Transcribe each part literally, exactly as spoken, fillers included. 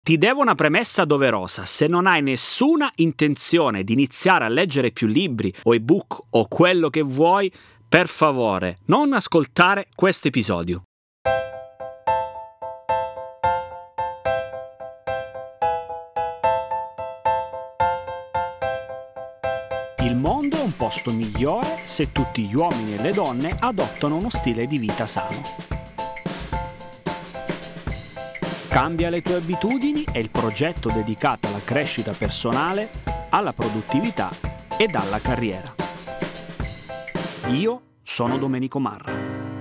Ti devo una premessa doverosa: se non hai nessuna intenzione di iniziare a leggere più libri o ebook o quello che vuoi, per favore non ascoltare questo episodio. Il mondo è un posto migliore se tutti gli uomini e le donne adottano uno stile di vita sano. Cambia le tue abitudini è il progetto dedicato alla crescita personale, alla produttività ed alla carriera. Io sono Domenico Marra.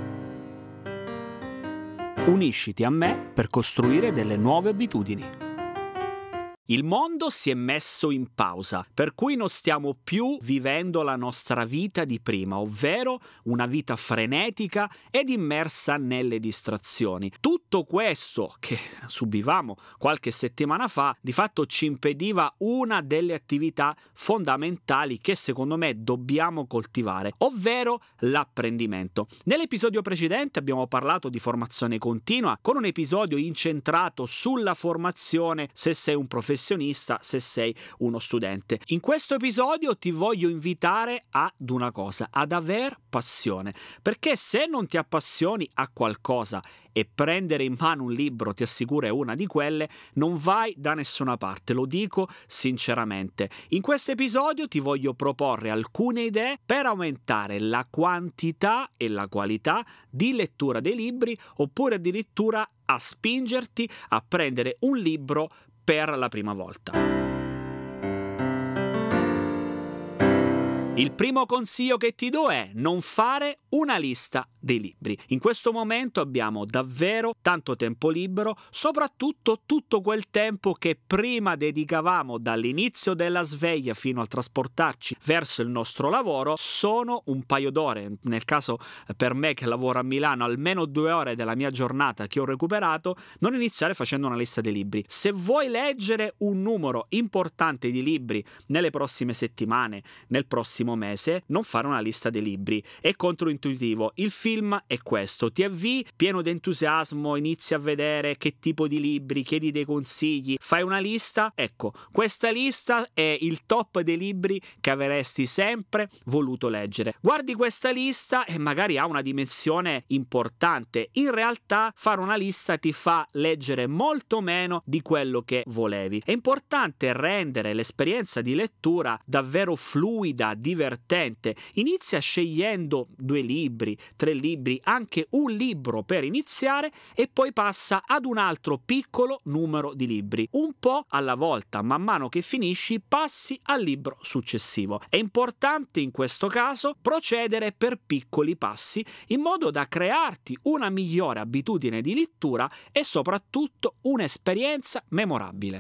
Unisciti a me per costruire delle nuove abitudini. Il mondo si è messo in pausa, per cui non stiamo più vivendo la nostra vita di prima, ovvero una vita frenetica ed immersa nelle distrazioni. Tutto questo che subivamo qualche settimana fa, di fatto ci impediva una delle attività fondamentali che secondo me dobbiamo coltivare, ovvero l'apprendimento. Nell'episodio precedente abbiamo parlato di formazione continua, con un episodio incentrato sulla formazione se sei un professionista, se sei uno studente. In questo episodio ti voglio invitare ad una cosa, ad aver passione, perché se non ti appassioni a qualcosa e prendere in mano un libro, ti assicuro, è una di quelle, non vai da nessuna parte, lo dico sinceramente. In questo episodio ti voglio proporre alcune idee per aumentare la quantità e la qualità di lettura dei libri, oppure addirittura a spingerti a prendere un libro per la prima volta. Il primo consiglio che ti do è non fare una lista dei libri. In questo momento abbiamo davvero tanto tempo libero, soprattutto tutto quel tempo che prima dedicavamo dall'inizio della sveglia fino al trasportarci verso il nostro lavoro sono un paio d'ore. Nel caso per me che lavoro a Milano, almeno due ore della mia giornata che ho recuperato. Non iniziare facendo una lista dei libri. Se vuoi leggere un numero importante di libri nelle prossime settimane, nel prossimo mese, non fare una lista dei libri, è controintuitivo. Il film è questo: ti avvii pieno di entusiasmo, inizi a vedere che tipo di libri, chiedi dei consigli, fai una lista. Ecco, questa lista è il top dei libri che avresti sempre voluto leggere. Guardi questa lista e magari ha una dimensione importante. In realtà fare una lista ti fa leggere molto meno di quello che volevi. È importante rendere l'esperienza di lettura davvero fluida, divertente. Inizia scegliendo due libri, tre libri, anche un libro per iniziare, e poi passa ad un altro piccolo numero di libri. Un po' alla volta, man mano che finisci passi al libro successivo. È importante in questo caso procedere per piccoli passi in modo da crearti una migliore abitudine di lettura e soprattutto un'esperienza memorabile.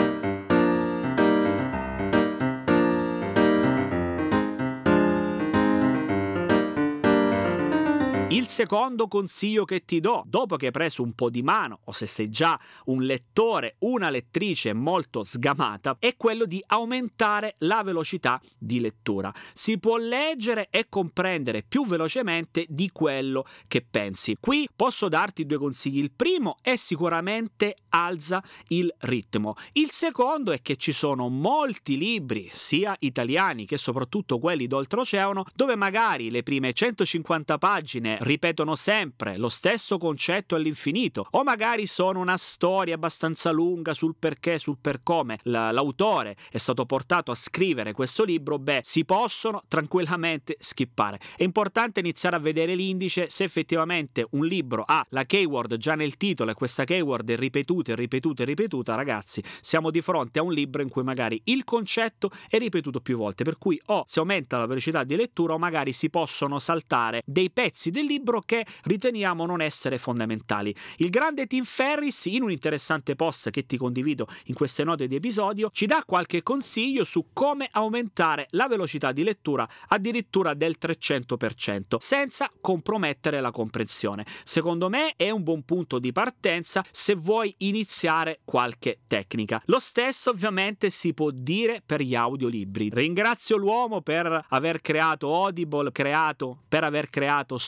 Il secondo consiglio che ti do, dopo che hai preso un po' di mano, o se sei già un lettore, una lettrice molto sgamata, è quello di aumentare la velocità di lettura. Si può leggere e comprendere più velocemente di quello che pensi. Qui posso darti due consigli. Il primo è sicuramente alza il ritmo. Il secondo è che ci sono molti libri, sia italiani che soprattutto quelli d'oltreoceano, dove magari le prime centocinquanta pagine ripetono sempre lo stesso concetto all'infinito, o magari sono una storia abbastanza lunga sul perché, sul per come L- l'autore è stato portato a scrivere questo libro. Beh, si possono tranquillamente skippare. È importante iniziare a vedere l'indice. Se effettivamente un libro ha la keyword già nel titolo e questa keyword è ripetuta e ripetuta e ripetuta, ragazzi, siamo di fronte a un libro in cui magari il concetto è ripetuto più volte, per cui o si aumenta la velocità di lettura o magari si possono saltare dei pezzi del libro che riteniamo non essere fondamentali. Il grande Tim Ferriss, in un interessante post che ti condivido in queste note di episodio, ci dà qualche consiglio su come aumentare la velocità di lettura addirittura del trecento per cento senza compromettere la comprensione. Secondo me è un buon punto di partenza se vuoi iniziare qualche tecnica. Lo stesso ovviamente si può dire per gli audiolibri. Ringrazio l'uomo per aver creato Audible, creato per aver creato Storytel,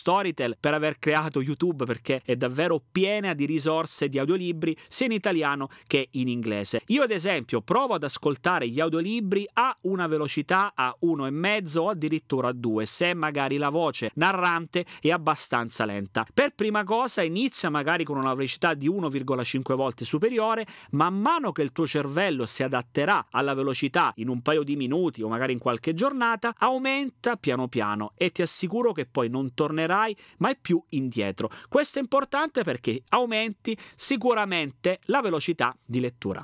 Marvel per aver creato YouTube, perché è davvero piena di risorse di audiolibri sia in italiano che in inglese. Io ad esempio provo ad ascoltare gli audiolibri a una velocità a uno e mezzo o addirittura a due, se magari la voce narrante è abbastanza lenta. Per prima cosa inizia magari con una velocità di uno virgola cinque volte superiore, man mano che il tuo cervello si adatterà alla velocità in un paio di minuti o magari in qualche giornata, aumenta piano piano e ti assicuro che poi non tornerai mai più indietro. Questo è importante perché aumenti sicuramente la velocità di lettura.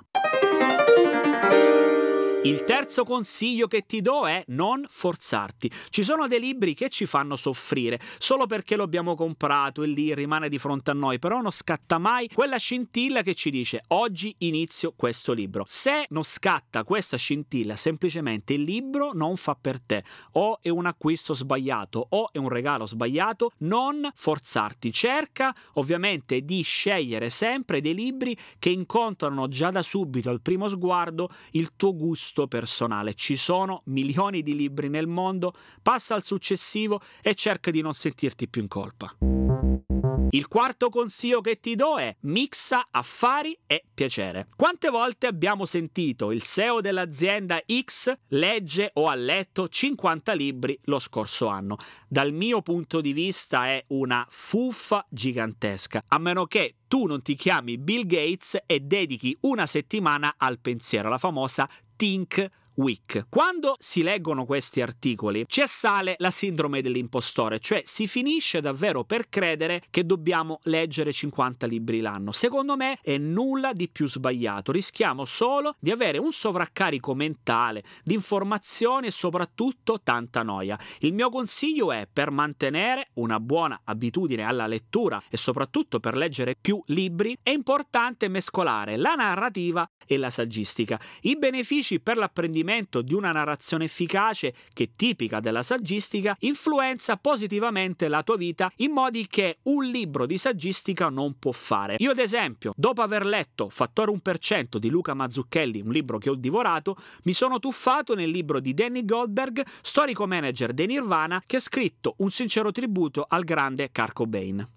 Il terzo consiglio che ti do è non forzarti. Ci sono dei libri che ci fanno soffrire solo perché lo abbiamo comprato e lì rimane di fronte a noi, però non scatta mai quella scintilla che ci dice oggi inizio questo libro. Se non scatta questa scintilla, semplicemente il libro non fa per te, o è un acquisto sbagliato o è un regalo sbagliato. Non forzarti, cerca ovviamente di scegliere sempre dei libri che incontrano già da subito al primo sguardo il tuo gusto personale. Ci sono milioni di libri nel mondo, passa al successivo e cerca di non sentirti più in colpa. Il quarto consiglio che ti do è mixa affari e piacere. Quante volte abbiamo sentito il C E O dell'azienda X legge o ha letto cinquanta libri lo scorso anno? Dal mio punto di vista è una fuffa gigantesca, a meno che tu non ti chiami Bill Gates e dedichi una settimana al pensiero, la famosa Think Week. Quando si leggono questi articoli ci assale la sindrome dell'impostore, cioè si finisce davvero per credere che dobbiamo leggere cinquanta libri l'anno. Secondo me è nulla di più sbagliato, rischiamo solo di avere un sovraccarico mentale di informazioni e soprattutto tanta noia. Il mio consiglio è, per mantenere una buona abitudine alla lettura e soprattutto per leggere più libri, è importante mescolare la narrativa e la saggistica. I benefici per l'apprendimento di una narrazione efficace, che è tipica della saggistica, influenza positivamente la tua vita in modi che un libro di saggistica non può fare. Io ad esempio, dopo aver letto Fattore uno per cento di Luca Mazzucchelli, un libro che ho divorato, mi sono tuffato nel libro di Danny Goldberg, storico manager dei Nirvana, che ha scritto un sincero tributo al grande Kurt Cobain.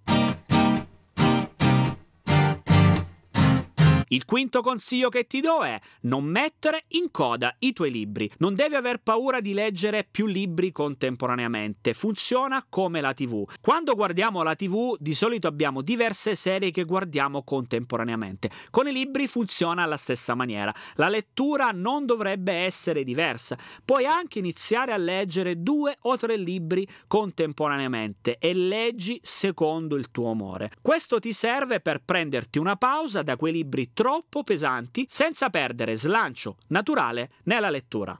Il quinto consiglio che ti do è non mettere in coda i tuoi libri. Non devi aver paura di leggere più libri contemporaneamente, funziona come la tivù. Quando guardiamo la tivù di solito abbiamo diverse serie che guardiamo contemporaneamente. Con i libri funziona alla stessa maniera. La lettura non dovrebbe essere diversa. Puoi anche iniziare a leggere due o tre libri contemporaneamente e leggi secondo il tuo umore. Questo ti serve per prenderti una pausa da quei libri troppo pesanti senza perdere slancio naturale nella lettura.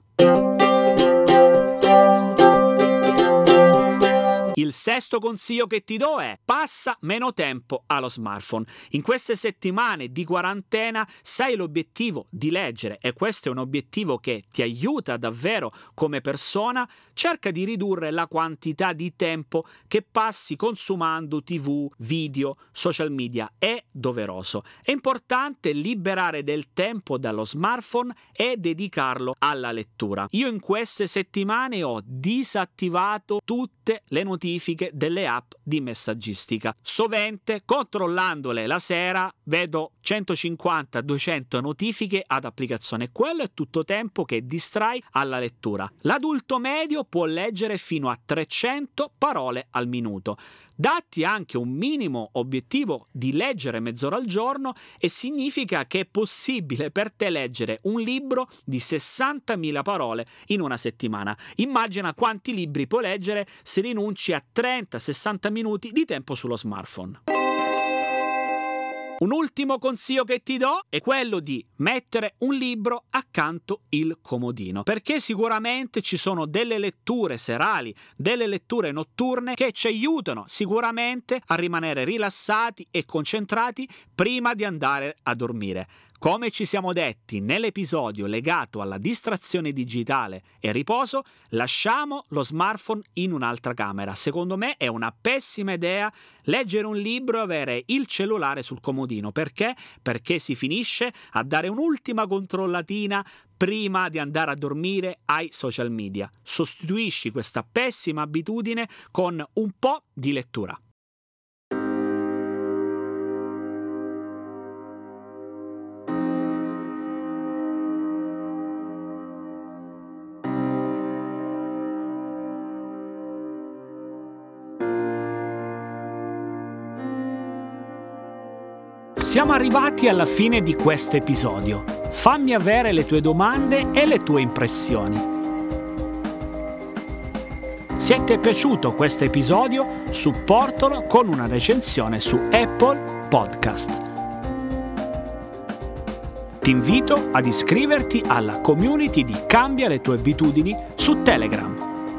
Il sesto consiglio che ti do è passa meno tempo allo smartphone. In queste settimane di quarantena, se hai l'obiettivo di leggere, e questo è un obiettivo che ti aiuta davvero come persona, cerca di ridurre la quantità di tempo che passi consumando tivù, video, social media. È doveroso. È importante liberare del tempo dallo smartphone e dedicarlo alla lettura. Io in queste settimane ho disattivato tutte le notifiche delle app di messaggistica. Sovente, controllandole la sera, vedo centocinquanta duecento notifiche ad applicazione. Quello è tutto tempo che distrai alla lettura. L'adulto medio può leggere fino a trecento parole al minuto. Datti anche un minimo obiettivo di leggere mezz'ora al giorno e significa che è possibile per te leggere un libro di sessantamila parole in una settimana. Immagina quanti libri puoi leggere se rinunci a trenta sessanta minuti di tempo sullo smartphone. Un ultimo consiglio che ti do è quello di mettere un libro accanto il comodino, perché sicuramente ci sono delle letture serali, delle letture notturne che ci aiutano sicuramente a rimanere rilassati e concentrati prima di andare a dormire. Come ci siamo detti nell'episodio legato alla distrazione digitale e riposo, lasciamo lo smartphone in un'altra camera. Secondo me è una pessima idea leggere un libro e avere il cellulare sul comodino. Perché? Perché si finisce a dare un'ultima controllatina prima di andare a dormire ai social media. Sostituisci questa pessima abitudine con un po' di lettura. Siamo arrivati alla fine di questo episodio. Fammi avere le tue domande e le tue impressioni. Se ti è piaciuto questo episodio, supportalo con una recensione su Apple Podcast. Ti invito ad iscriverti alla community di Cambia le tue abitudini su Telegram.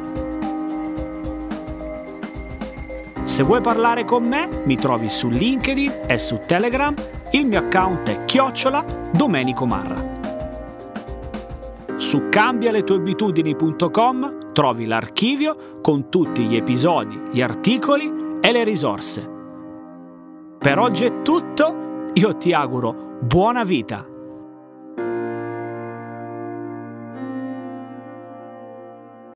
Se vuoi parlare con me, mi trovi su LinkedIn e su Telegram. Il mio account è chiocciola Domenico Marra. Su cambia le tue abitudini punto com trovi l'archivio con tutti gli episodi, gli articoli e le risorse. Per oggi è tutto, io ti auguro buona vita!